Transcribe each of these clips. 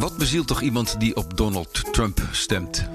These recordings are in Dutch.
Wat bezielt toch iemand die op Donald Trump stemt?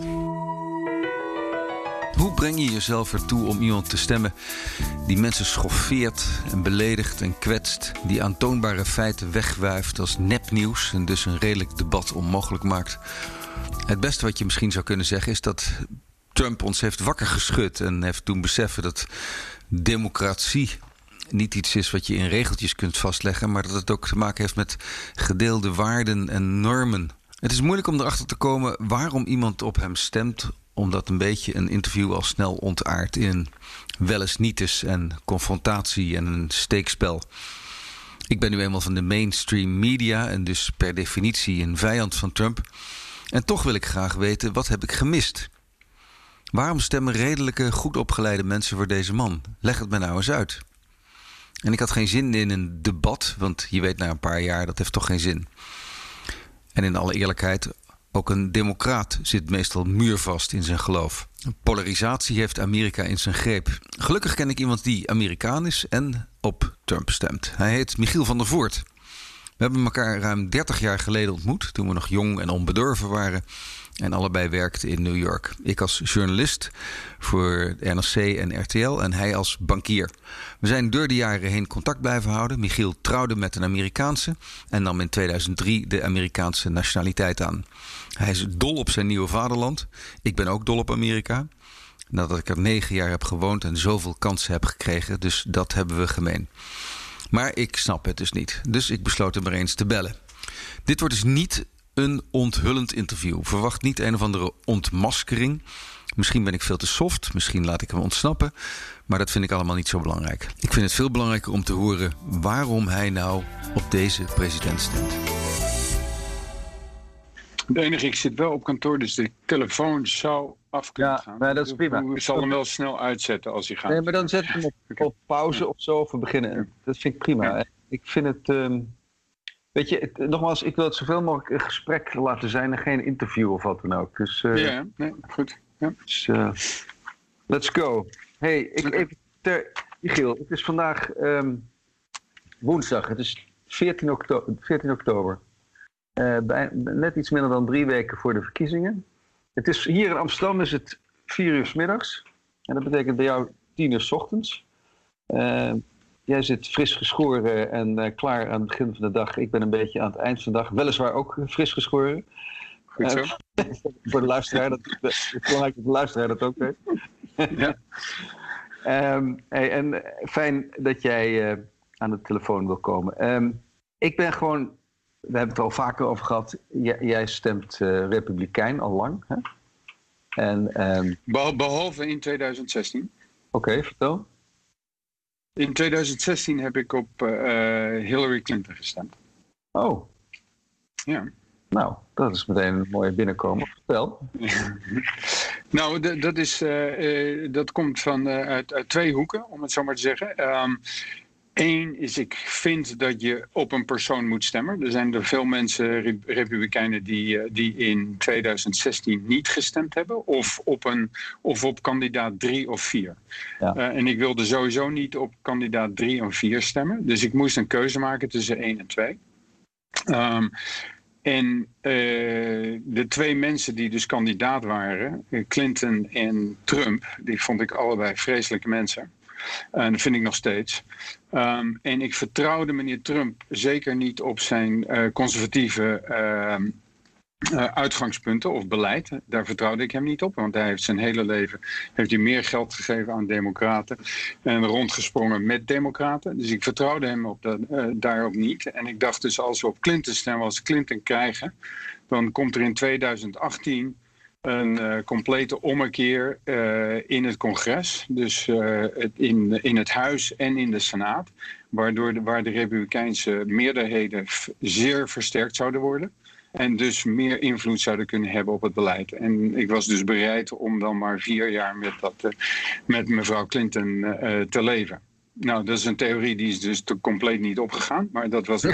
Hoe breng je jezelf ertoe om iemand te stemmen die mensen schoffeert en beledigt en kwetst, die aantoonbare feiten wegwuift als nepnieuws en dus een redelijk debat onmogelijk maakt? Het beste wat je misschien zou kunnen zeggen is dat Trump ons heeft wakker geschud en heeft toen beseffen dat democratie niet iets is wat je in regeltjes kunt vastleggen, maar dat het ook te maken heeft met gedeelde waarden en normen. Het is moeilijk om erachter te komen waarom iemand op hem stemt, omdat een beetje een interview al snel ontaardt in wel eens nietes en confrontatie en een steekspel. Ik ben nu eenmaal van de mainstream media en dus per definitie een vijand van Trump. En toch wil ik graag weten, wat heb ik gemist? Waarom stemmen redelijke, goed opgeleide mensen voor deze man? Leg het me nou eens uit. En ik had geen zin in een debat, want je weet na een paar jaar, dat heeft toch geen zin. En in alle eerlijkheid, ook een democraat zit meestal muurvast in zijn geloof. Polarisatie heeft Amerika in zijn greep. Gelukkig ken ik iemand die Amerikaan is en op Trump stemt. Hij heet Michiel van der Voort. We hebben elkaar ruim 30 jaar geleden ontmoet, toen we nog jong en onbedorven waren en allebei werkten in New York. Ik als journalist voor NRC en RTL en hij als bankier. We zijn door de jaren heen contact blijven houden. Michiel trouwde met een Amerikaanse en nam in 2003 de Amerikaanse nationaliteit aan. Hij is dol op zijn nieuwe vaderland. Ik ben ook dol op Amerika. Nadat ik er 9 jaar heb gewoond en zoveel kansen heb gekregen, dus dat hebben we gemeen. Maar ik snap het dus niet. Dus ik besloot hem er eens te bellen. Dit wordt dus niet een onthullend interview. Verwacht niet een of andere ontmaskering. Misschien ben ik veel te soft. Misschien laat ik hem ontsnappen. Maar dat vind ik allemaal niet zo belangrijk. Ik vind het veel belangrijker om te horen waarom hij nou op deze president stemt. Het enige, ik zit wel op kantoor, dus de telefoon zou af kunnen gaan. Maar dat is prima. Ik zal hem wel snel uitzetten als hij gaat. Nee, maar dan zet ik hem op pauze of zo of we beginnen. Dat vind ik prima. Ja. Ik vind het... weet je, nogmaals, ik wil het zoveel mogelijk een gesprek laten zijn en geen interview of wat dan ook. Dus, ja, nee, goed. Ja. Dus, let's go. Hey, even Michiel, het is vandaag woensdag. Het is 14 oktober. Net iets minder dan 3 weken voor de verkiezingen. Het is, hier in Amsterdam is het 4 uur 's middags. En dat betekent bij jou 10 uur 's ochtends. Jij zit fris geschoren en klaar aan het begin van de dag. Ik ben een beetje aan het eind van de dag. Weliswaar ook fris geschoren. Goed zo. Voor de luisteraar. Het is belangrijk dat de luisteraar dat ook weet. Ja. En fijn dat jij aan de telefoon wil komen. Ik ben gewoon... We hebben het er al vaker over gehad. Jij stemt Republikein al lang. Hè? En, Behalve in 2016. Oké, vertel. In 2016 heb ik op Hillary Clinton gestemd. Oh. Ja. Nou, dat is meteen een mooie binnenkomen. Vertel. Nou, dat komt uit 2 hoeken, om het zo maar te zeggen. Eén is, ik vind dat je op een persoon moet stemmen. Er zijn er veel mensen, Republikeinen, die in 2016 niet gestemd hebben. Of op kandidaat 3 of 4. Ja. En ik wilde sowieso niet op kandidaat 3 of 4 stemmen. Dus ik moest een keuze maken tussen 1 en 2. De 2 mensen die dus kandidaat waren, Clinton en Trump, die vond ik allebei vreselijke mensen. En dat vind ik nog steeds. En ik vertrouwde meneer Trump zeker niet op zijn conservatieve uitgangspunten of beleid. Daar vertrouwde ik hem niet op, want hij heeft zijn hele leven meer geld gegeven aan democraten en rondgesprongen met democraten. Dus ik vertrouwde hem daarop niet. En ik dacht dus, als we op Clinton stemmen, als we Clinton krijgen, dan komt er in 2018 een complete ommekeer in het congres, dus in het huis en in de Senaat, waar de Republikeinse meerderheden zeer versterkt zouden worden en dus meer invloed zouden kunnen hebben op het beleid. En ik was dus bereid om dan maar 4 jaar met mevrouw Clinton te leven. Nou, dat is een theorie die is dus compleet niet opgegaan, maar dat was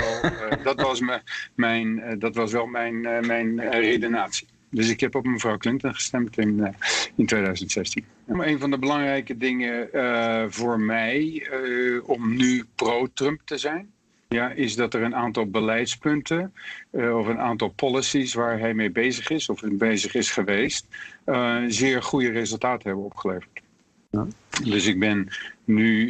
wel mijn redenatie. Dus ik heb op mevrouw Clinton gestemd in 2016. Een van de belangrijke dingen voor mij om nu pro-Trump te zijn, is dat er een aantal beleidspunten of een aantal policies waar hij mee bezig is of bezig is geweest, zeer goede resultaten hebben opgeleverd. Ja. Dus ik ben nu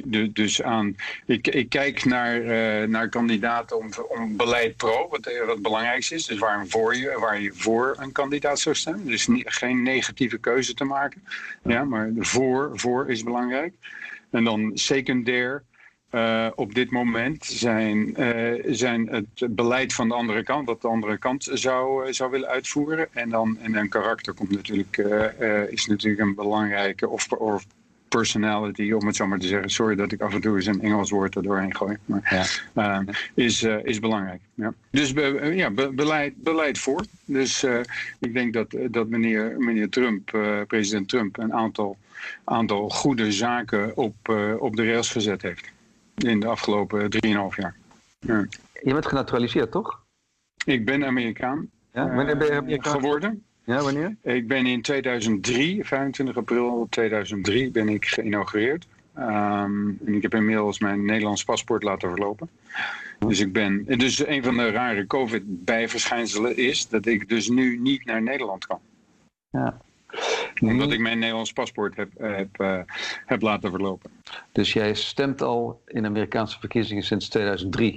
ik kijk naar kandidaten om beleid pro, wat het belangrijkste is. Dus waar je voor een kandidaat zou stemmen. Dus geen negatieve keuze te maken. Ja, maar voor is belangrijk. En dan secundair. Op dit moment zijn het beleid van de andere kant, wat de andere kant zou willen uitvoeren. En dan karakter komt natuurlijk, is natuurlijk een belangrijke, of personality, om het zo maar te zeggen. Sorry dat ik af en toe eens een Engels woord er doorheen gooi. Maar is belangrijk. Ja. Dus beleid voor. Dus ik denk dat meneer Trump, president Trump, een aantal goede zaken op de rails gezet heeft. In de afgelopen 3,5 jaar. Ja. Je bent genaturaliseerd, toch? Ik ben Amerikaan. Ja? Wanneer ben je Amerikaan geworden? Ja, wanneer? Ik ben in 2003, 25 april 2003, ben ik geïnaugureerd. En ik heb inmiddels mijn Nederlands paspoort laten verlopen. Dus dus een van de rare COVID-bijverschijnselen is dat ik dus nu niet naar Nederland kan. Ja. Omdat ik mijn Nederlands paspoort heb laten verlopen. Dus jij stemt al in Amerikaanse verkiezingen sinds 2003?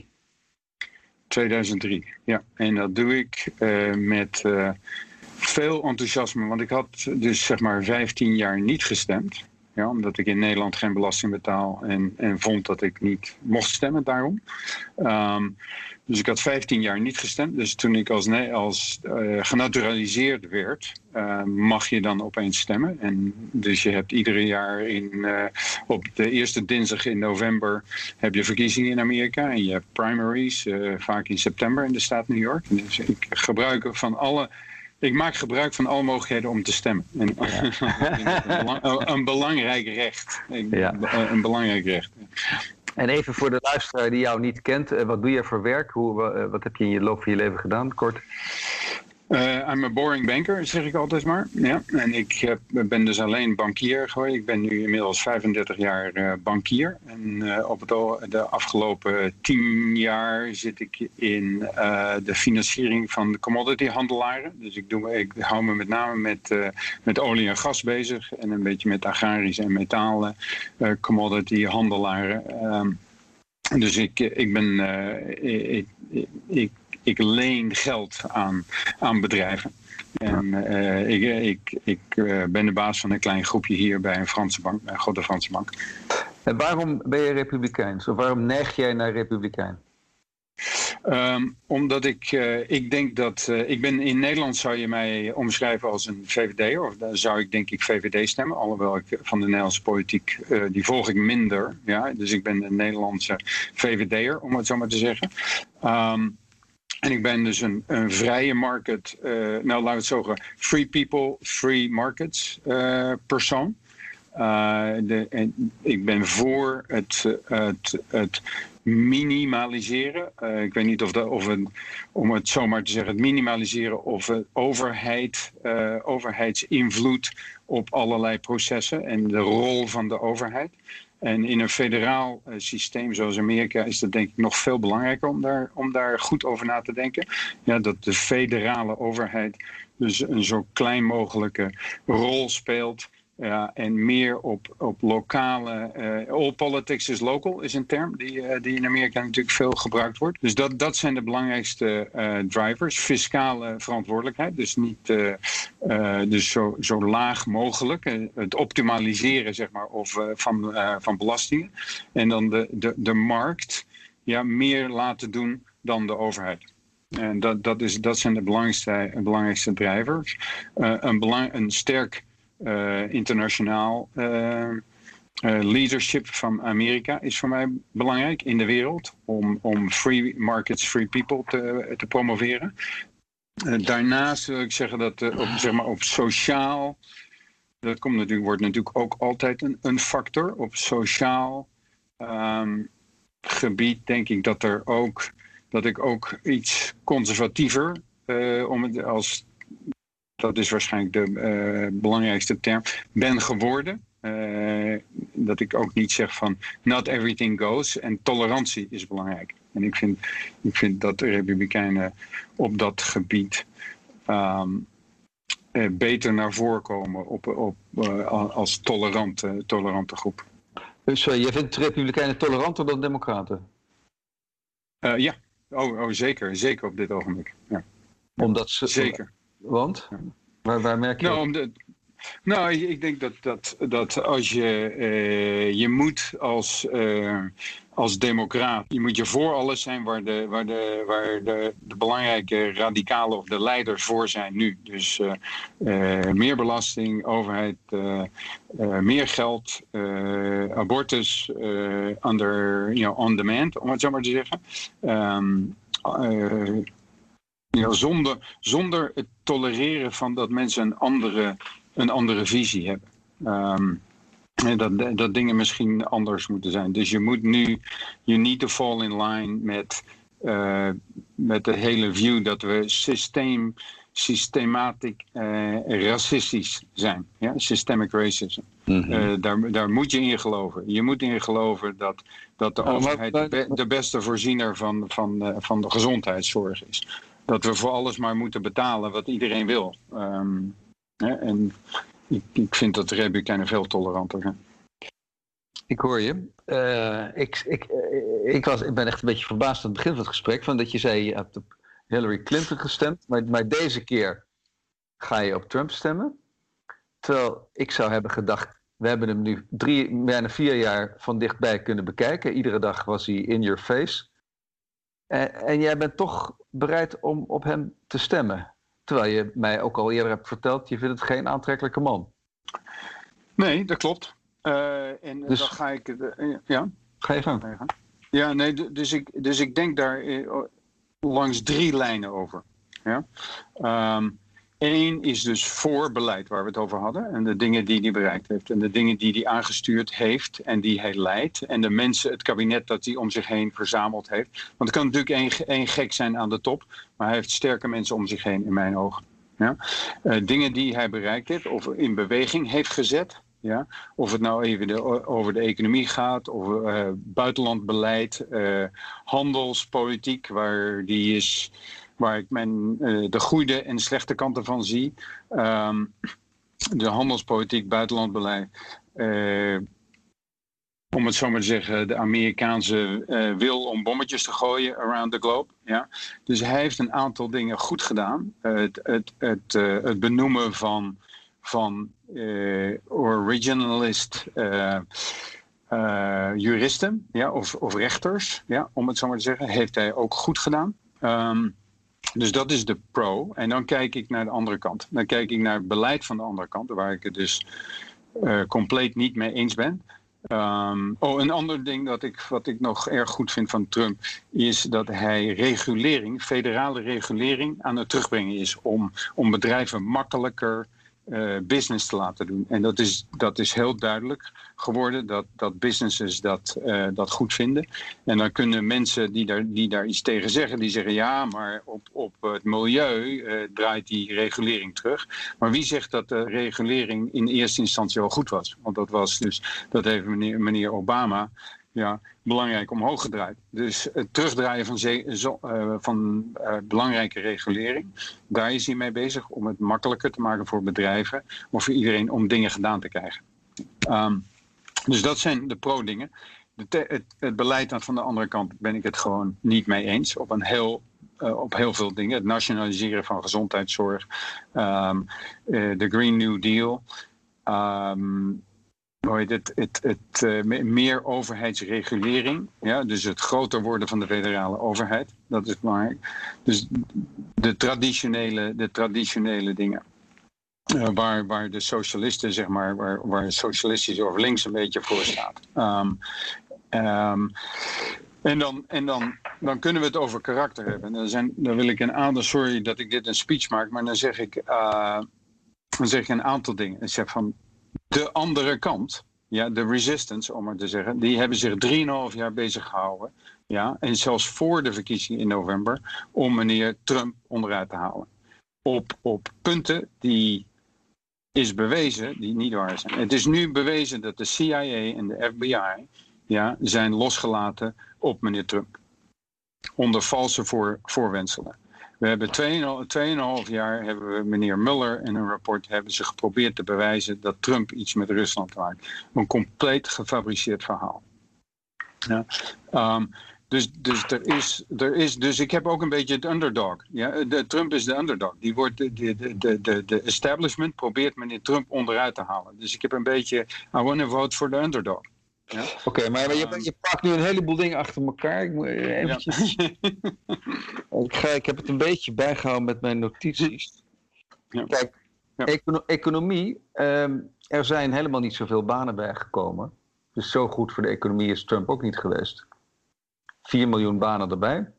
2003, ja. En dat doe ik met veel enthousiasme. Want ik had dus zeg maar 15 jaar niet gestemd. Ja, omdat ik in Nederland geen belasting betaal en vond dat ik niet mocht stemmen daarom. Dus ik had 15 jaar niet gestemd. Dus toen ik als genaturaliseerd werd, mag je dan opeens stemmen. En dus je hebt iedere jaar op de eerste dinsdag in november heb je verkiezingen in Amerika. En je hebt primaries, vaak in september in de staat New York. Dus ik maak gebruik van alle mogelijkheden om te stemmen. En, een belangrijk recht. Een belangrijk recht. En even voor de luisteraar die jou niet kent, wat doe je voor werk? Wat heb je in je loop van je leven gedaan, kort? I'm a boring banker, zeg ik altijd maar. Ja. En ik ben dus alleen bankier geworden. Ik ben nu inmiddels 35 jaar bankier. En op de afgelopen 10 jaar zit ik in de financiering van de commodity-handelaren. Dus ik hou me met name met olie en gas bezig. En een beetje met agrarische en metalen commodity-handelaren. Dus ik leen geld aan bedrijven. En ik ben de baas van een klein groepje hier bij een Franse bank, bij een grote Franse bank. En waarom ben je republikeins? Of waarom neig jij naar republikein? Omdat ik denk dat... in Nederland zou je mij omschrijven als een VVD'er. Of dan zou ik denk ik VVD stemmen. Alhoewel ik van de Nederlandse politiek... die volg ik minder. Ja? Dus ik ben een Nederlandse VVD'er, om het zo maar te zeggen. En ik ben dus een vrije market... laten we het zo zeggen... free people, free markets persoon. Ik ben voor het minimaliseren. Ik weet niet om het zomaar te zeggen, het minimaliseren of overheidsinvloed op allerlei processen en de rol van de overheid. En in een federaal systeem zoals Amerika is dat denk ik nog veel belangrijker om daar goed over na te denken. Ja, dat de federale overheid dus een zo klein mogelijke rol speelt. Ja, en meer op lokale... all politics is local is een term die in Amerika natuurlijk veel gebruikt wordt. Dus dat zijn de belangrijkste drivers. Fiscale verantwoordelijkheid, dus niet dus zo laag mogelijk. Het optimaliseren zeg maar, van belastingen. En dan de markt meer laten doen dan de overheid. En dat zijn de belangrijkste drivers. Een sterk... internationaal leadership van Amerika is voor mij belangrijk in de wereld om free markets, free people te promoveren. Daarnaast wil ik zeggen dat op sociaal, dat wordt natuurlijk ook altijd een factor. Op sociaal gebied denk ik dat ik ook iets conservatiever dat is waarschijnlijk de belangrijkste term, ben geworden. dat ik ook niet zeg van not everything goes. En tolerantie is belangrijk. En ik vind dat de Republikeinen op dat gebied beter naar voren komen als tolerante groep. Sorry, jij vindt de Republikeinen toleranter dan Democraten? Ja, zeker. Zeker op dit ogenblik. Ja. Omdat ze... Zeker. Want? Ja. Waar merk je ik denk dat als je moet als democraat, je moet je voor alles zijn waar de belangrijke radicalen of de leiders voor zijn nu. Dus meer belasting, overheid, meer geld, abortus, on demand, om het zo maar te zeggen. Zonder het tolereren van dat mensen een andere visie hebben. Dat dingen misschien anders moeten zijn. Dus je moet nu, you need to fall in line met de hele view dat we systematisch racistisch zijn. Ja? Systemic racism. Mm-hmm. Daar moet je in geloven. Je moet in geloven dat de overheid de beste voorziener van de gezondheidszorg is. Dat we voor alles maar moeten betalen wat iedereen wil. En ik vind dat de Republikeinen veel toleranter zijn. Ik hoor je. Ik ben echt een beetje verbaasd aan het begin van het gesprek. Van dat je zei, je hebt op Hillary Clinton gestemd. Maar deze keer ga je op Trump stemmen. Terwijl ik zou hebben gedacht, we hebben hem nu bijna 4 jaar van dichtbij kunnen bekijken. Iedere dag was hij in your face. En jij bent toch bereid om op hem te stemmen. Terwijl je mij ook al eerder hebt verteld, je vindt het geen aantrekkelijke man. Nee, dat klopt. Dus dan ga ik... ja? Ga je gang. Ja, nee, dus ik denk daar langs 3 lijnen over. Ja? 1 is dus voor beleid waar we het over hadden. En de dingen die hij bereikt heeft. En de dingen die hij aangestuurd heeft en die hij leidt. En de mensen, het kabinet dat hij om zich heen verzameld heeft. Want er kan natuurlijk één gek zijn aan de top. Maar hij heeft sterke mensen om zich heen in mijn ogen. Ja? Dingen die hij bereikt heeft of in beweging heeft gezet. Ja? Of het nou even over de economie gaat. Of buitenlandbeleid. Handelspolitiek waar die is... Waar ik de goede en slechte kanten van zie. De handelspolitiek, buitenlandbeleid. Om het zo maar te zeggen, de Amerikaanse wil om bommetjes te gooien around the globe. Ja? Dus hij heeft een aantal dingen goed gedaan. Het benoemen van originalist juristen, ja? of rechters, ja? Om het zo maar te zeggen, heeft hij ook goed gedaan. Dus dat is de pro. En dan kijk ik naar de andere kant. Dan kijk ik naar het beleid van de andere kant, waar ik het dus compleet niet mee eens ben. Een ander ding wat ik nog erg goed vind van Trump is dat hij federale regulering aan het terugbrengen is om bedrijven makkelijker business te laten doen. En dat is heel duidelijk geworden dat businesses dat goed vinden. En dan kunnen mensen die daar iets tegen zeggen, die zeggen ja, maar op het milieu draait die regulering terug. Maar wie zegt dat de regulering in eerste instantie wel goed was? Want dat heeft meneer Obama belangrijk omhoog gedraaid. Dus het terugdraaien van belangrijke regulering, daar is hij mee bezig om het makkelijker te maken voor bedrijven of voor iedereen om dingen gedaan te krijgen. Dus dat zijn de pro-dingen. Het beleid van de andere kant ben ik het gewoon niet mee eens op heel veel dingen. Het nationaliseren van gezondheidszorg, de Green New Deal, meer overheidsregulering, ja, dus het groter worden van de federale overheid, dat is belangrijk. Dus de traditionele dingen. Waar de socialisten, zeg maar, waar socialistisch over links een beetje voor staat. En dan kunnen we het over karakter hebben. Dan wil ik sorry dat ik dit een speech maak, maar dan zeg ik een aantal dingen. Ik zeg van de andere kant, ja, de resistance, om maar te zeggen, die hebben zich 3,5 jaar bezig gehouden. Ja, en zelfs voor de verkiezingen in november, om meneer Trump onderuit te halen. Op punten die is bewezen die niet waar zijn. Het is nu bewezen dat de CIA en de FBI zijn losgelaten op meneer Trump. Onder valse voorwendselen. We hebben 2,5 jaar hebben we meneer Mueller in een rapport hebben ze geprobeerd te bewijzen dat Trump iets met Rusland maakt. Een compleet gefabriceerd verhaal. Ja. Dus ik heb ook een beetje het underdog. Ja? Trump is de underdog. Die wordt de establishment probeert meneer Trump onderuit te halen. Dus ik heb een beetje, I want to vote for the underdog. Ja? Oké, maar je pakt nu een heleboel dingen achter elkaar. Ik moet eventjes... Ik heb het een beetje bijgehouden met mijn notities. Ja. Kijk, economie. Er zijn helemaal niet zoveel banen bijgekomen. Dus zo goed voor de economie is Trump ook niet geweest. 4 miljoen banen erbij.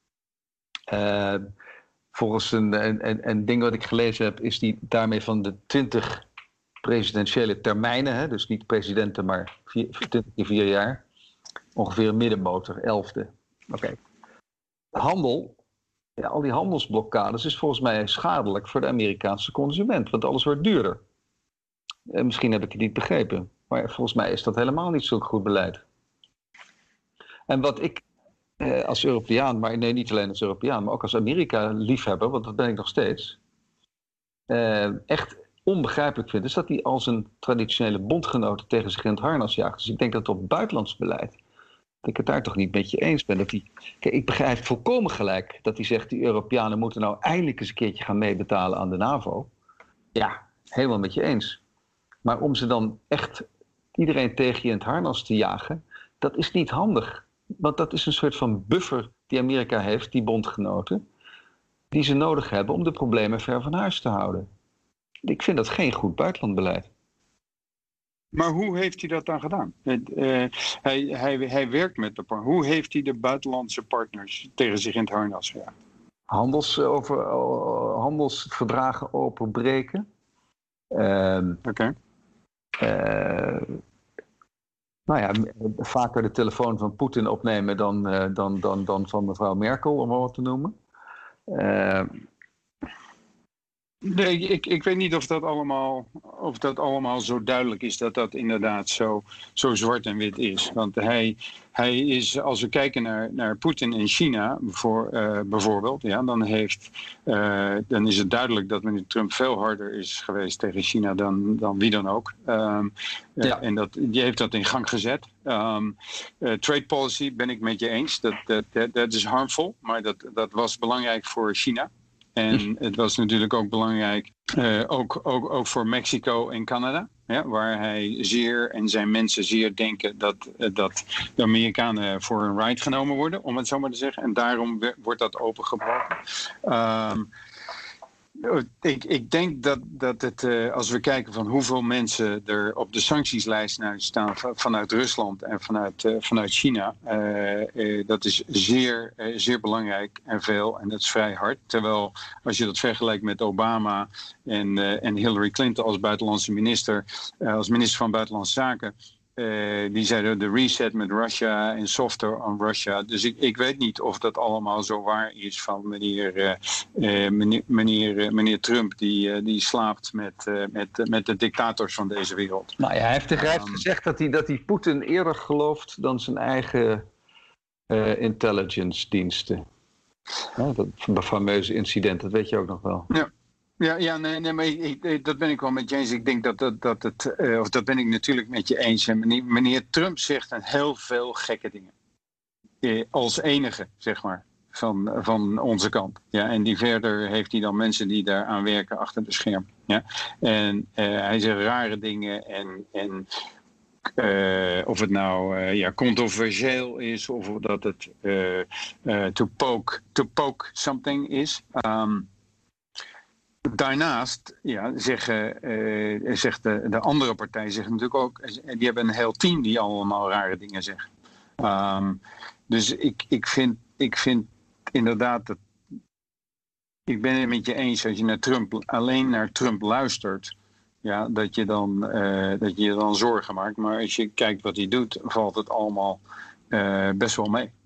Volgens een ding wat ik gelezen heb, is die daarmee van de 20 presidentiële termijnen, hè, dus niet presidenten, maar 20 in 4 jaar, ongeveer een middenmotor, 11e. Oké. Handel, al die handelsblokkades is volgens mij schadelijk voor de Amerikaanse consument, want alles wordt duurder. Misschien heb ik het niet begrepen, maar volgens mij is dat helemaal niet zulk goed beleid. En wat ik als Europeaan, maar nee, niet alleen als Europeaan, maar ook als Amerika-liefhebber, want dat ben ik nog steeds, echt onbegrijpelijk vind, is dat hij al zijn traditionele bondgenoten tegen zich in het harnas jaagt. Dus ik denk dat op buitenlands beleid, dat ik het daar toch niet met je eens ben. Kijk, ik begrijp volkomen gelijk dat hij zegt, die Europeanen moeten nou eindelijk eens een keertje gaan meebetalen aan de NAVO. Ja, helemaal met je eens. Maar om ze dan echt iedereen tegen je in het harnas te jagen, dat is niet handig. Want dat is een soort van buffer die Amerika heeft, die bondgenoten, die ze nodig hebben om de problemen ver van huis te houden. Ik vind dat geen goed buitenlandbeleid. Maar hoe heeft hij dat dan gedaan? Hij werkt met de partners. Hoe heeft hij de buitenlandse partners tegen zich in het harnas gejaagd? Handelsverdragen openbreken. Oké. Nou ja, vaker de telefoon van Poetin opnemen dan van mevrouw Merkel, om maar wat te noemen. Nee, ik weet niet of dat allemaal zo duidelijk is dat dat inderdaad zo zwart en wit is. Want hij is, als we kijken naar Poetin in China bijvoorbeeld, ja, dan is het duidelijk dat meneer Trump veel harder is geweest tegen China dan wie dan ook. Ja. En die heeft dat in gang gezet. Trade policy ben ik met je eens. Dat is harmful, maar dat was belangrijk voor China. En het was natuurlijk ook belangrijk, ook voor Mexico en Canada. Ja, waar hij en zijn mensen zeer denken dat de Amerikanen voor een ride genomen worden, om het zo maar te zeggen. En daarom wordt dat opengebroken. Ik denk dat het, als we kijken van hoeveel mensen er op de sanctieslijst staan vanuit Rusland en vanuit China, dat is zeer, zeer belangrijk en veel en dat is vrij hard. Terwijl als je dat vergelijkt met Obama en Hillary Clinton als buitenlandse minister, als minister van Buitenlandse Zaken, die zeiden de reset met Russia en softer on Russia. Dus ik weet niet of dat allemaal zo waar is van meneer Trump die slaapt met de dictators van deze wereld. Nou ja, hij heeft gezegd dat hij Poetin eerder gelooft dan zijn eigen intelligence diensten. Ja, dat fameuze incident, dat weet je ook nog wel. Ja. Ja, nee, maar dat ben ik wel met je eens. Ik denk dat ben ik natuurlijk met je eens. Meneer Trump zegt heel veel gekke dingen. Als enige, zeg maar, van onze kant. Ja, en die verder heeft hij dan mensen die daaraan werken achter de scherm. Ja. En hij zegt rare dingen en of het nou controversieel is of dat het to poke something is. Daarnaast zegt de andere partij zegt natuurlijk ook, die hebben een heel team die allemaal rare dingen zeggen. Dus ik vind inderdaad dat ik ben het met je eens als je alleen naar Trump luistert, ja, dat je dan zorgen maakt. Maar als je kijkt wat hij doet, valt het allemaal best wel mee.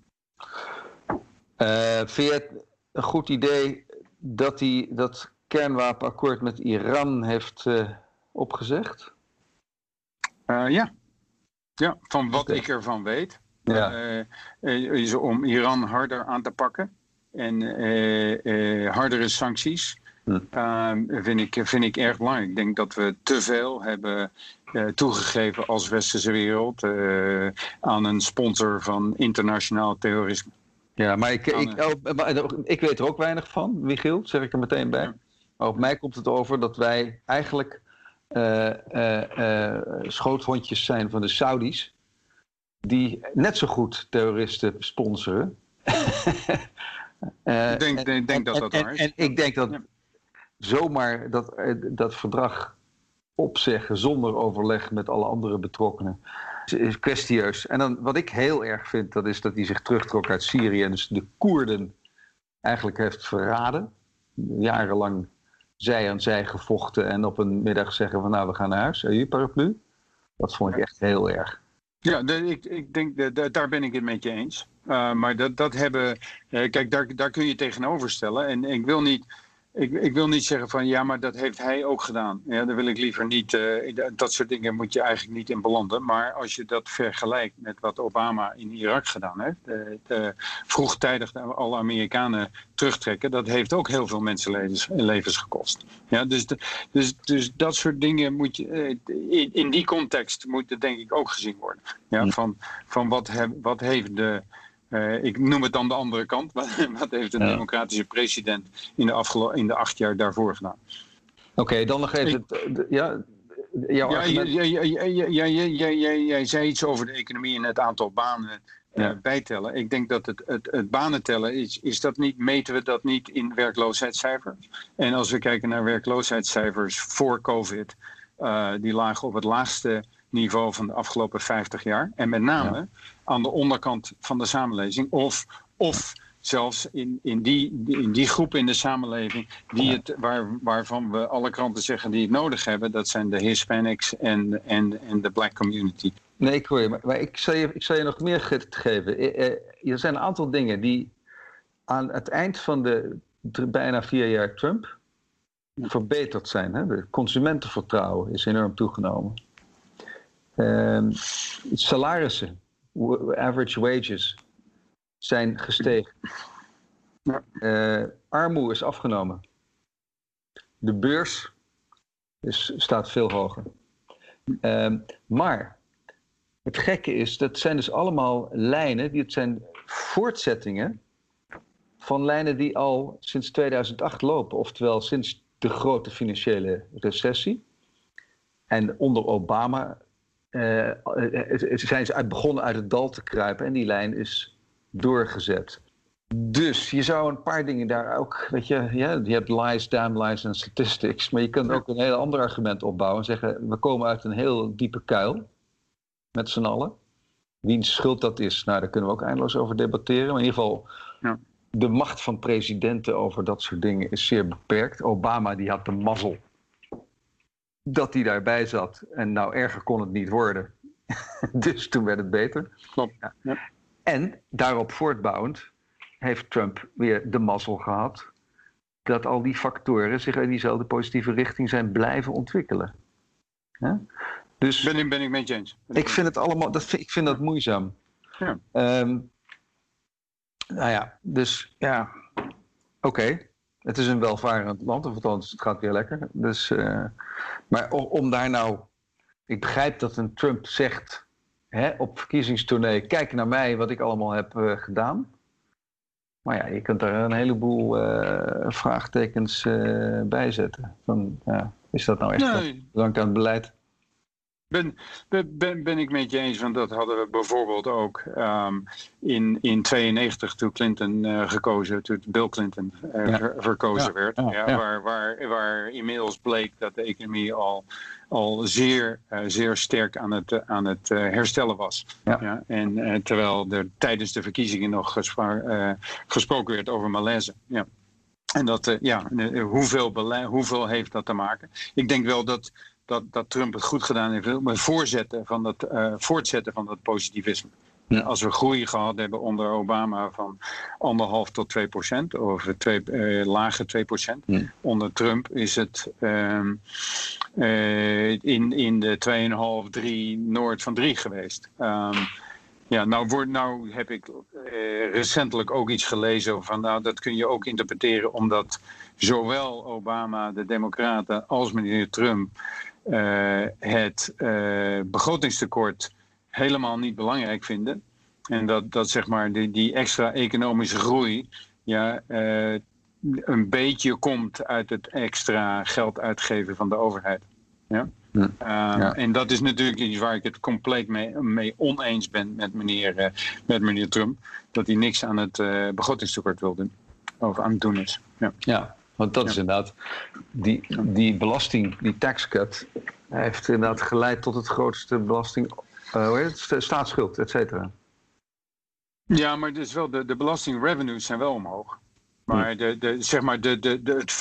Vind je het een goed idee dat hij dat kernwapenakkoord met Iran heeft op gezegd? Ja, van wat Oké. ik ervan weet. Ja. Is om Iran harder aan te pakken. En hardere sancties. Vind ik erg belangrijk. Ik denk dat we te veel hebben toegegeven als westerse wereld aan een sponsor van internationaal terrorisme. Ja, maar ik weet er ook weinig van, Michiel, zeg ik er meteen bij. Ja. Maar op mij komt het over dat wij eigenlijk schoothondjes zijn van de Saudis, die net zo goed terroristen sponsoren. Ik denk dat waar is. En ik denk dat zomaar dat verdrag opzeggen zonder overleg met alle andere betrokkenen is kwestieus. En dan wat ik heel erg vind, dat is dat hij zich terugtrok uit Syrië en dus de Koerden eigenlijk heeft verraden. Jarenlang zij aan zij gevochten en op een middag zeggen van nou, we gaan naar huis. Jullie paraplu? Dat vond ik echt heel erg. Ja, ik denk, daar ben ik het met je eens. Maar dat hebben... kijk, daar kun je tegenover stellen. En ik wil niet zeggen van ja, maar dat heeft hij ook gedaan. Ja, daar wil ik liever niet. Dat soort dingen moet je eigenlijk niet in belanden. Maar als je dat vergelijkt met wat Obama in Irak gedaan heeft, vroegtijdig alle Amerikanen terugtrekken, dat heeft ook heel veel mensenlevens gekost. Ja, dus dat soort dingen moet je in die context moet het denk ik ook gezien worden. Ja, van wat heeft de ik noem het dan de andere kant. Wat heeft de democratische president in de 8 jaar daarvoor gedaan? Oké, dan nog even... Jij zei iets over de economie en het aantal banen bijtellen. Ik denk dat het banen tellen is dat niet, meten we dat niet in werkloosheidscijfers. En als we kijken naar werkloosheidscijfers voor COVID, die lagen op het laagste niveau van de afgelopen 50 jaar. En met name aan de onderkant van de samenleving. Of zelfs in die groep in de samenleving waarvan we alle kranten zeggen die het nodig hebben. Dat zijn de Hispanics en de black community. Nee, ik hoor je. Maar ik zal je nog meer geven. Er zijn een aantal dingen die aan het eind van de bijna 4 jaar Trump verbeterd zijn. Hè? De consumentenvertrouwen is enorm toegenomen. Salarissen, average wages, zijn gestegen. Armoede is afgenomen. De beurs staat veel hoger. Maar het gekke is, dat zijn dus allemaal lijnen, het zijn voortzettingen van lijnen die al sinds 2008 lopen. Oftewel sinds de grote financiële recessie. En onder Obama zijn ze begonnen uit het dal te kruipen en die lijn is doorgezet. Dus je zou een paar dingen daar ook, weet je hebt lies, damn lies en statistics, maar je kunt ook een heel ander argument opbouwen en zeggen, we komen uit een heel diepe kuil, met z'n allen. Wiens schuld dat is, nou, daar kunnen we ook eindeloos over debatteren, maar in ieder geval, de macht van presidenten over dat soort dingen is zeer beperkt. Obama die had de mazzel dat hij daarbij zat. En nou, erger kon het niet worden. Dus toen werd het beter. Klopt. Ja. En daarop voortbouwend heeft Trump weer de mazzel gehad dat al die factoren zich in diezelfde positieve richting zijn blijven ontwikkelen. Ja? Dus ben ik met je eens. Ik vind het allemaal, ik vind dat moeizaam. Ja. Nou ja, dus ja, oké. Het is een welvarend land, of althans, het gaat weer lekker. Dus, maar om daar nou... Ik begrijp dat een Trump zegt op verkiezingstournee, kijk naar mij, wat ik allemaal heb gedaan. Maar ja, je kunt daar een heleboel vraagtekens bij zetten. Van, is dat nou echt bedankt aan het beleid? Ben ik met je eens, want dat hadden we bijvoorbeeld ook in 92 toen Bill Clinton verkozen werd. Waar inmiddels bleek dat de economie al zeer sterk aan het herstellen was. Ja, en terwijl er tijdens de verkiezingen nog gesproken werd over malaise. Ja. En dat, hoeveel heeft dat te maken? Ik denk wel dat Trump het goed gedaan heeft met voortzetten van dat positivisme. Als we groei gehad hebben onder Obama van 1,5 tot 2%, of lage 2%. Onder Trump is het in de 2,5, 3 noord van 3 geweest. Nou heb ik recentelijk ook iets gelezen van, dat kun je ook interpreteren omdat zowel Obama, de Democraten, als meneer Trump het begrotingstekort helemaal niet belangrijk vinden. En dat zeg maar die extra economische groei een beetje komt uit het extra geld uitgeven van de overheid. Ja? En dat is natuurlijk iets waar ik het compleet mee oneens ben met meneer Trump. Dat hij niks aan het begrotingstekort wil doen. Of aan het doen is. Ja, want dat is inderdaad... Die belasting, die tax cut... heeft inderdaad geleid tot het grootste belasting... staatsschuld, et cetera. Ja, maar dus wel de belastingrevenues zijn wel omhoog. Maar het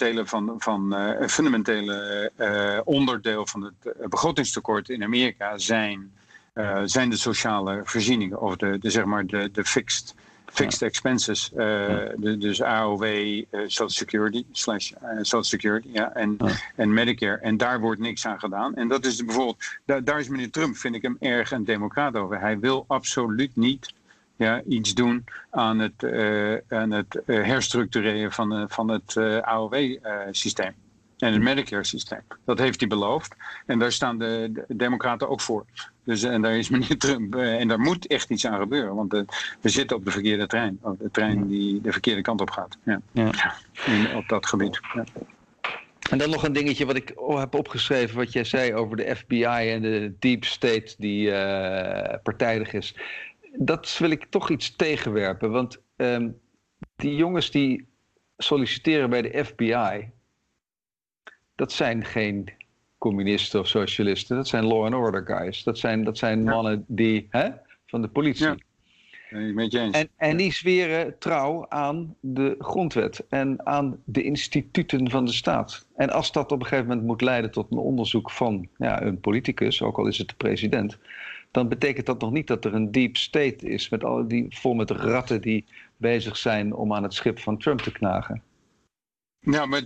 fundamentele onderdeel van het begrotingstekort in Amerika zijn de sociale voorzieningen of de fixed expenses, dus AOW, Social Security, Social Security, en Medicare. En daar wordt niks aan gedaan. En dat is bijvoorbeeld, daar is meneer Trump, vind ik hem erg een democraat over. Hij wil absoluut niet iets doen aan het herstructureren van het AOW-systeem. En het Medicare-systeem. Dat heeft hij beloofd. En daar staan de Democraten ook voor. Dus, en daar is meneer Trump. En daar moet echt iets aan gebeuren. Want we zitten op de verkeerde trein. De trein die de verkeerde kant op gaat. Op dat gebied. Ja. En dan nog een dingetje wat ik heb opgeschreven. Wat jij zei over de FBI en de deep state die partijdig is. Dat wil ik toch iets tegenwerpen. Want die jongens die solliciteren bij de FBI... dat zijn geen communisten of socialisten. Dat zijn law and order guys. Dat zijn mannen die van de politie. Ja. Ik ben het je eens. En die zweren trouw aan de grondwet en aan de instituten van de staat. En als dat op een gegeven moment moet leiden tot een onderzoek van een politicus, ook al is het de president, dan betekent dat nog niet dat er een deep state is met al die vol met ratten die bezig zijn om aan het schip van Trump te knagen. Nou, maar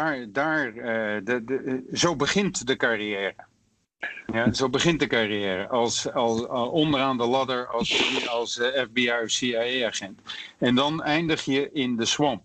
zo begint de carrière. Ja, zo begint de carrière. Als onderaan de ladder als FBI of CIA-agent. En dan eindig je in de swamp.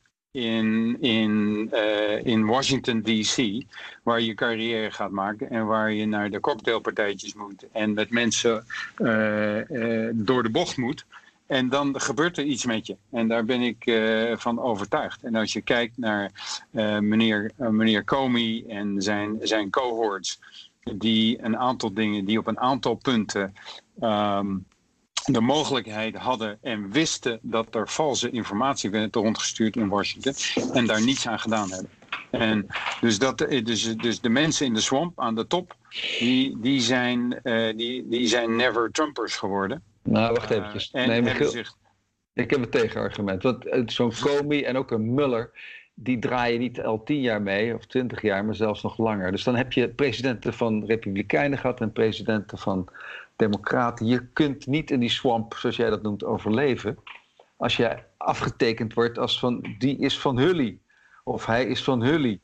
In Washington D.C. waar je carrière gaat maken en waar je naar de cocktailpartijtjes moet en met mensen door de bocht moet. En dan gebeurt er iets met je. En daar ben ik van overtuigd. En als je kijkt naar meneer Comey en zijn cohorts, die een aantal dingen, die op een aantal punten de mogelijkheid hadden en wisten dat er valse informatie werd rondgestuurd in Washington en daar niets aan gedaan hebben. En dus de mensen in de swamp aan de top, die zijn never Trumpers geworden. Nou, wacht eventjes. Ik heb een tegenargument. Want zo'n Comey en ook een Mueller, die draaien niet al 10 jaar mee, of 20 jaar, maar zelfs nog langer. Dus dan heb je presidenten van Republikeinen gehad en presidenten van Democraten. Je kunt niet in die swamp, zoals jij dat noemt, overleven als je afgetekend wordt als van die is van Hully. Of hij is van Hully.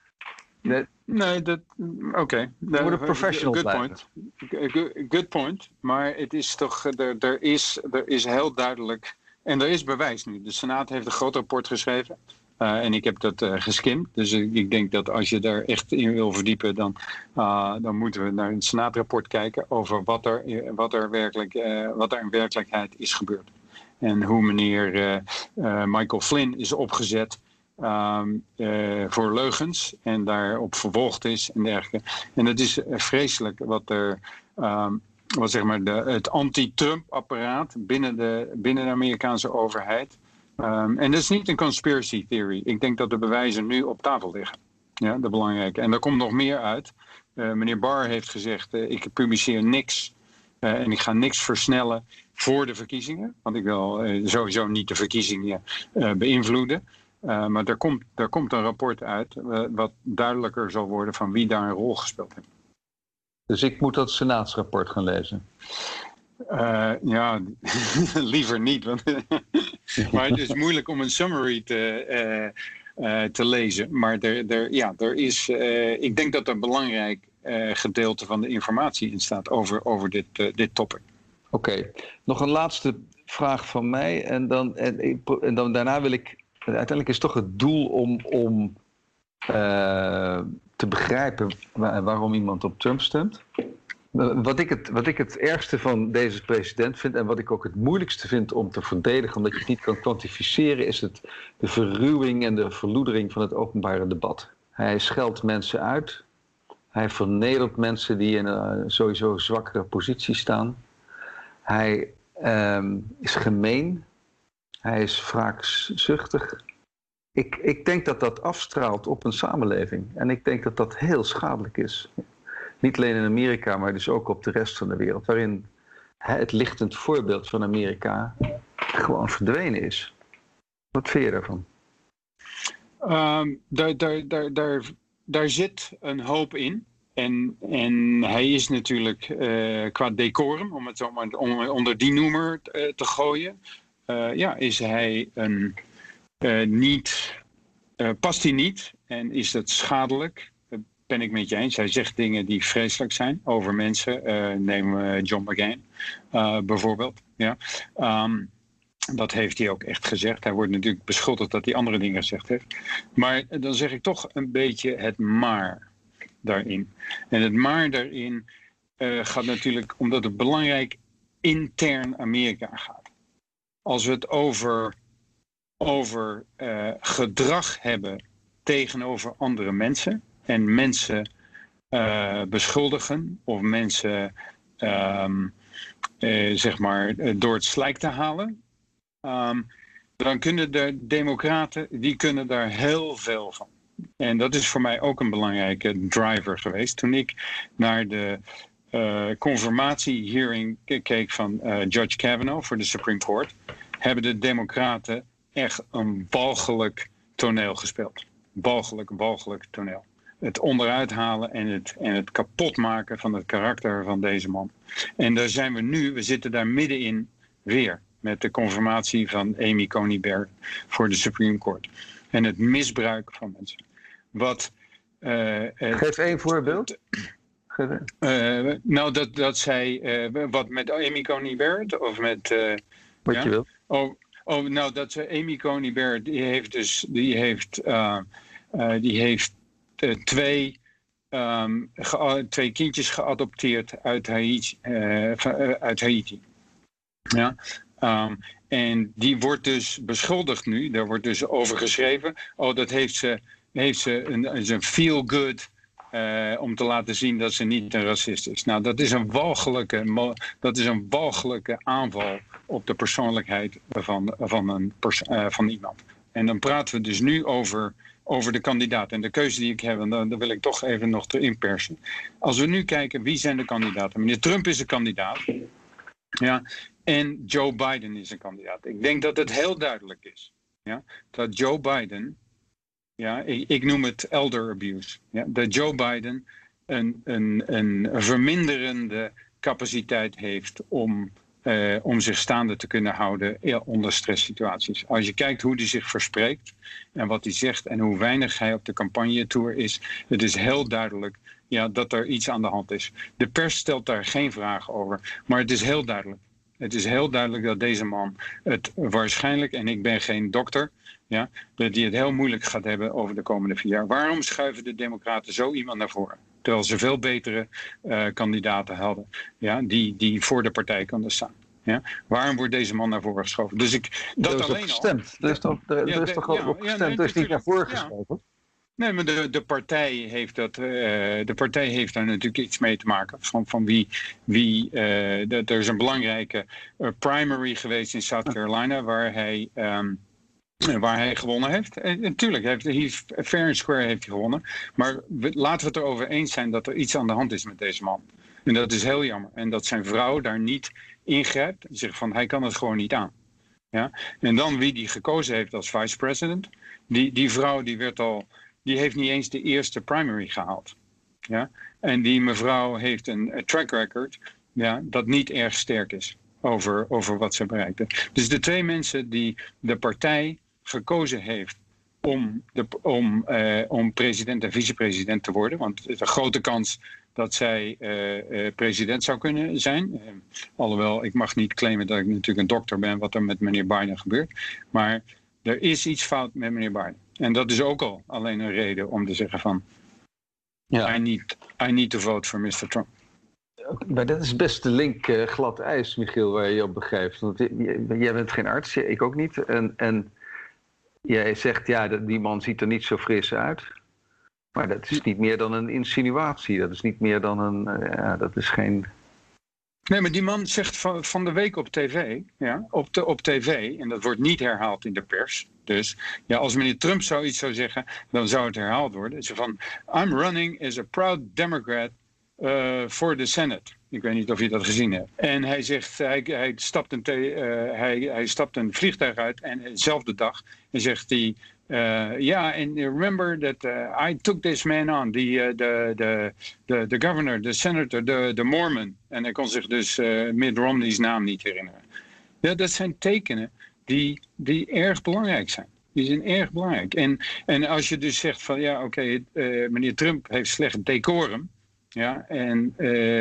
Oké. Je moet een professional blijven. Good point. Maar het is toch, er is heel duidelijk, en er is bewijs nu. De Senaat heeft een groot rapport geschreven. En ik heb dat geskimd. Dus ik denk dat als je daar echt in wil verdiepen, dan moeten we naar het Senaatrapport kijken over wat er in werkelijkheid is gebeurd. En hoe meneer Michael Flynn is opgezet voor leugens en daarop vervolgd is en dergelijke. En het is vreselijk wat er, het anti-Trump-apparaat binnen de Amerikaanse overheid. En dat is niet een conspiracy theory. Ik denk dat de bewijzen nu op tafel liggen. Ja, de belangrijke. En daar komt nog meer uit. Meneer Barr heeft gezegd, ik publiceer niks. En ik ga niks versnellen voor de verkiezingen. Want ik wil sowieso niet de verkiezingen beïnvloeden. Maar er komt een rapport uit wat duidelijker zal worden van wie daar een rol gespeeld heeft. Dus ik moet dat Senaatsrapport gaan lezen? Ja, liever niet. Maar het is moeilijk om een summary te lezen. Maar er is, ik denk dat er een belangrijk gedeelte van de informatie in staat over dit topic. Oké, nog een laatste vraag van mij. En dan daarna wil ik... Uiteindelijk is toch het doel om te begrijpen waarom iemand op Trump stemt. Wat ik het ergste van deze president vind en wat ik ook het moeilijkste vind om te verdedigen, omdat je het niet kan kwantificeren, is de verruwing en de verloedering van het openbare debat. Hij scheldt mensen uit. Hij vernedert mensen die in een sowieso zwakkere positie staan. Hij is gemeen. Hij is wraakzuchtig. Ik denk dat dat afstraalt op een samenleving. En ik denk dat dat heel schadelijk is. Niet alleen in Amerika, maar dus ook op de rest van de wereld. Waarin het lichtend voorbeeld van Amerika gewoon verdwenen is. Wat vind je daarvan? Daar zit een hoop in. En hij is natuurlijk qua decorum, om het zo maar onder die noemer te gooien, is hij past hij niet en is dat schadelijk? Ben ik met je eens. Hij zegt dingen die vreselijk zijn over mensen. Neem John McCain bijvoorbeeld. Ja. Dat heeft hij ook echt gezegd. Hij wordt natuurlijk beschuldigd dat hij andere dingen gezegd heeft. Maar dan zeg ik toch een beetje het maar daarin. En het maar daarin gaat natuurlijk omdat het belangrijk intern Amerika gaat. Als we het over gedrag hebben tegenover andere mensen en mensen beschuldigen of mensen zeg maar door het slijk te halen, dan kunnen de democraten, die kunnen daar heel veel van. En dat is voor mij ook een belangrijke driver geweest. Toen ik naar de confirmatie-hearing keek van Judge Kavanaugh voor de Supreme Court, hebben de democraten echt een walgelijk toneel gespeeld. Walgelijk toneel. Het onderuit halen en het kapot maken van het karakter van deze man. En daar zijn we nu, we zitten daar middenin weer. Met de confirmatie van Amy Coney Barrett voor de Supreme Court. En het misbruik van mensen. Geef één voorbeeld. Dat zij, wat met Amy Coney Barrett of met... wat je wilt. Dat ze Amy Coney Barrett, die heeft twee kindjes geadopteerd uit Haiti. Ja. En die wordt dus beschuldigd nu, daar wordt dus over geschreven. Dat heeft ze een feel good om te laten zien dat ze niet een racist is. Nou, dat is een walgelijke aanval op de persoonlijkheid van iemand. En dan praten we dus nu over de kandidaat. En de keuze die ik heb, en dan wil ik toch even nog te inpersen. Als we nu kijken, wie zijn de kandidaten? Meneer Trump is een kandidaat. Ja. En Joe Biden is een kandidaat. Ik denk dat het heel duidelijk is. Ja, dat Joe Biden, ik noem het elder abuse. Ja, dat Joe Biden een verminderende capaciteit heeft om zich staande te kunnen houden onder stresssituaties. Als je kijkt hoe hij zich verspreekt en wat hij zegt en hoe weinig hij op de campagnetour is, het is heel duidelijk dat er iets aan de hand is. De pers stelt daar geen vragen over, maar het is heel duidelijk. Het is heel duidelijk dat deze man het waarschijnlijk, en ik ben geen dokter, dat hij het heel moeilijk gaat hebben over de komende 4 jaar. Waarom schuiven de democraten zo iemand naar voren? Terwijl ze veel betere kandidaten hadden, die voor de partij konden staan. Ja? Waarom wordt deze man naar voren geschoven? Dus er is toch gestemd? Er is toch ook gestemd? Er is niet naar voren geschoven? Nee, maar de partij heeft daar natuurlijk iets mee te maken. Van wie er is een belangrijke primary geweest in South Carolina waar hij gewonnen heeft. En natuurlijk, fair and square heeft hij gewonnen. Maar laten we het erover eens zijn dat er iets aan de hand is met deze man. En dat is heel jammer. En dat zijn vrouw daar niet ingrijpt. En zegt van, hij kan het gewoon niet aan. Ja? En dan wie die gekozen heeft als vice-president. Die vrouw die heeft niet eens de eerste primary gehaald. Ja? En die mevrouw heeft een track record dat niet erg sterk is over wat ze bereikten. Dus de twee mensen die de partij gekozen heeft om president en vicepresident te worden, want het is een grote kans dat zij president zou kunnen zijn. Alhoewel, ik mag niet claimen dat ik natuurlijk een dokter ben wat er met meneer Biden gebeurt. Maar er is iets fout met meneer Biden. En dat is ook al alleen een reden om te zeggen van I need to vote for Mr. Trump. Maar dat is best de link glad ijs, Michiel, waar je op begeeft. Want jij bent geen arts, ik ook niet. En jij zegt, die man ziet er niet zo fris uit. Maar dat is niet meer dan een insinuatie. Dat is niet meer dan dat is geen... Nee, maar die man zegt van de week op tv, op tv, en dat wordt niet herhaald in de pers. Dus als meneer Trump zoiets zou zeggen, dan zou het herhaald worden. Ze van, I'm running as a proud Democrat for the Senate. Ik weet niet of je dat gezien hebt. En hij zegt, hij stapt een vliegtuig uit en dezelfde dag en zegt hij, and remember that I took this man on, the governor, the senator, the Mormon. En hij kon zich dus Mitt Romney's naam niet herinneren. Ja, dat zijn tekenen die erg belangrijk zijn. Die zijn erg belangrijk. En als je dus zegt van meneer Trump heeft slecht decorum. Ja, en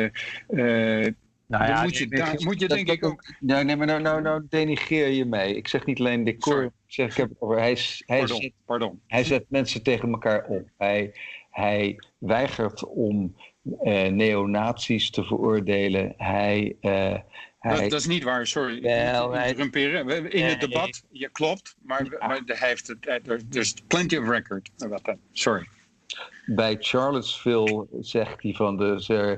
dan moet je denk ik ook... Nee, maar nou denigreer je mij. Ik zeg niet alleen decor. Ik heb het over, hij zet mensen tegen elkaar op. Hij weigert om neonazies te veroordelen. Dat is niet waar, sorry. In het debat, klopt, maar hij heeft het. There's plenty of record about that. Sorry. Bij Charlottesville zegt hij van there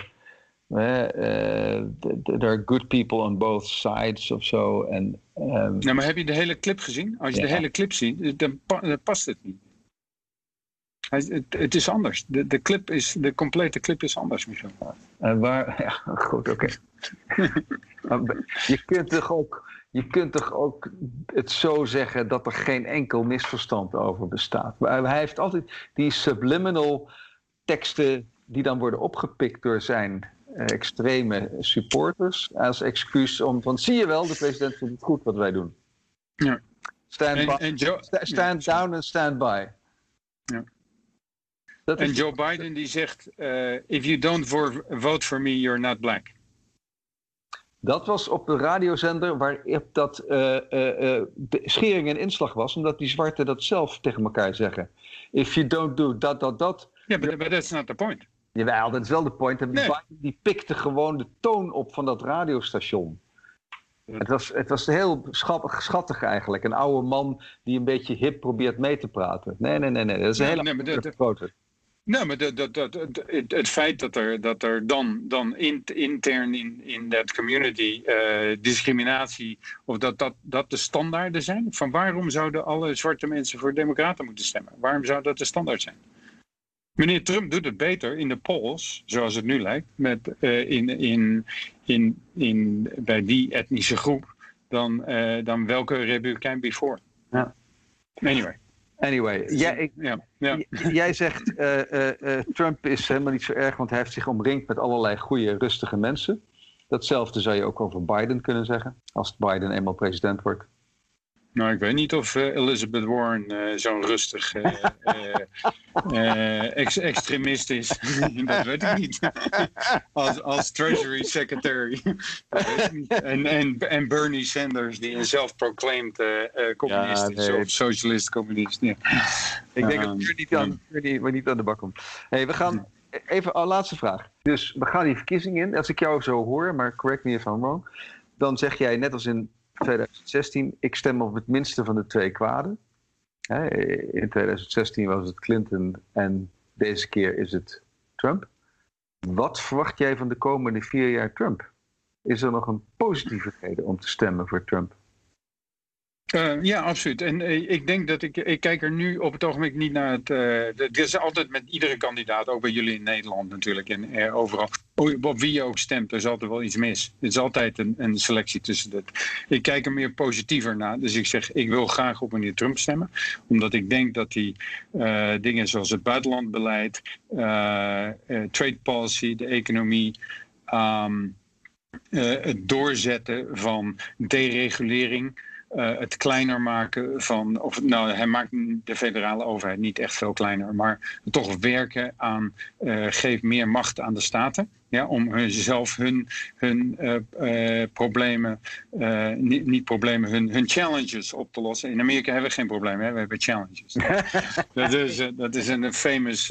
are good people on both sides of zo. Maar heb je de hele clip gezien? Als je de hele clip ziet, dan past het niet. Het is anders. De complete clip is anders, Michel. Goed, oké. Je kunt toch ook het zo zeggen dat er geen enkel misverstand over bestaat. Maar hij heeft altijd die subliminal teksten die dan worden opgepikt door zijn extreme supporters als excuus van zie je wel, de president vindt het goed wat wij doen. Ja. Stand down and stand by. Ja. En Joe Biden die zegt, if you don't vote for me, you're not black. Dat was op de radiozender waar dat schering en inslag was, omdat die zwarten dat zelf tegen elkaar zeggen. If you don't do dat. Ja, but that's not the point. Jawel, dat is wel de point. En Biden die pikte gewoon de toon op van dat radiostation. Het was heel schattig eigenlijk. Een oude man die een beetje hip probeert mee te praten. Nee. Dat is een hele grote. Nou, maar het feit dat er dan intern in dat community discriminatie, of dat de standaarden zijn, van waarom zouden alle zwarte mensen voor democraten moeten stemmen? Waarom zou dat de standaard zijn? Meneer Trump doet het beter in de polls, zoals het nu lijkt, bij die etnische groep, dan welke republikein before. Ja. Anyway, jij zegt Trump is helemaal niet zo erg, want hij heeft zich omringd met allerlei goede, rustige mensen. Datzelfde zou je ook over Biden kunnen zeggen, als Biden eenmaal president wordt. Nou, ik weet niet of Elizabeth Warren zo'n rustig extremist is. Dat weet ik niet. Als Treasury Secretary. Dat weet ik niet. En Bernie Sanders, die een zelf-proclaimed communist is. Of socialist-communist. Ja. Ik denk dat Bernie niet aan de bak komt. Hey, we gaan even een laatste vraag. Dus we gaan die verkiezingen in. Als ik jou zo hoor, maar correct me if I'm wrong. Dan zeg jij net als in 2016, ik stem op het minste van de twee kwaden. In 2016 was het Clinton en deze keer is het Trump. Wat verwacht jij van de komende 4 jaar Trump? Is er nog een positieve reden om te stemmen voor Trump? Ja, absoluut. En ik denk dat ik kijk er nu op het ogenblik niet naar het... Dit is altijd met iedere kandidaat, ook bij jullie in Nederland natuurlijk en overal. Op wie je ook stemt, er is altijd wel iets mis. Het is altijd een selectie tussen dat. Ik kijk er meer positiever naar. Dus ik zeg, ik wil graag op meneer Trump stemmen. Omdat ik denk dat die dingen zoals het buitenlandbeleid, trade policy, de economie... het doorzetten van deregulering. Het kleiner maken van... hij maakt de federale overheid niet echt veel kleiner, maar toch werken aan... geef meer macht aan de staten. Ja, om zelf hun problemen, niet problemen, hun challenges op te lossen. In Amerika hebben we geen problemen, we hebben challenges. dat is een famous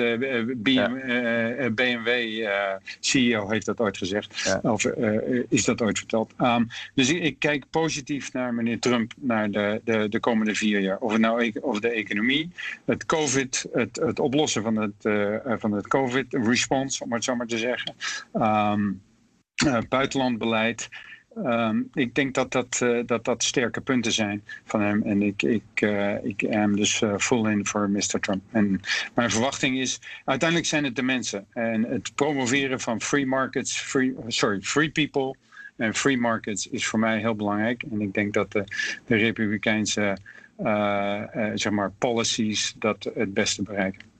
BMW CEO heeft dat ooit gezegd. Ja. Of is dat ooit verteld. Dus ik kijk positief naar meneer Trump naar de komende 4 jaar. Of de economie, het COVID, het oplossen van het COVID-response, om het zo maar te zeggen. Buitenlandbeleid. Ik denk dat sterke punten zijn van hem. En ik am dus full in voor Mr. Trump. En mijn verwachting is, uiteindelijk zijn het de mensen. En het promoveren van free markets, free people en free markets is voor mij heel belangrijk. En ik denk dat de Republikeinse policies dat het beste bereiken.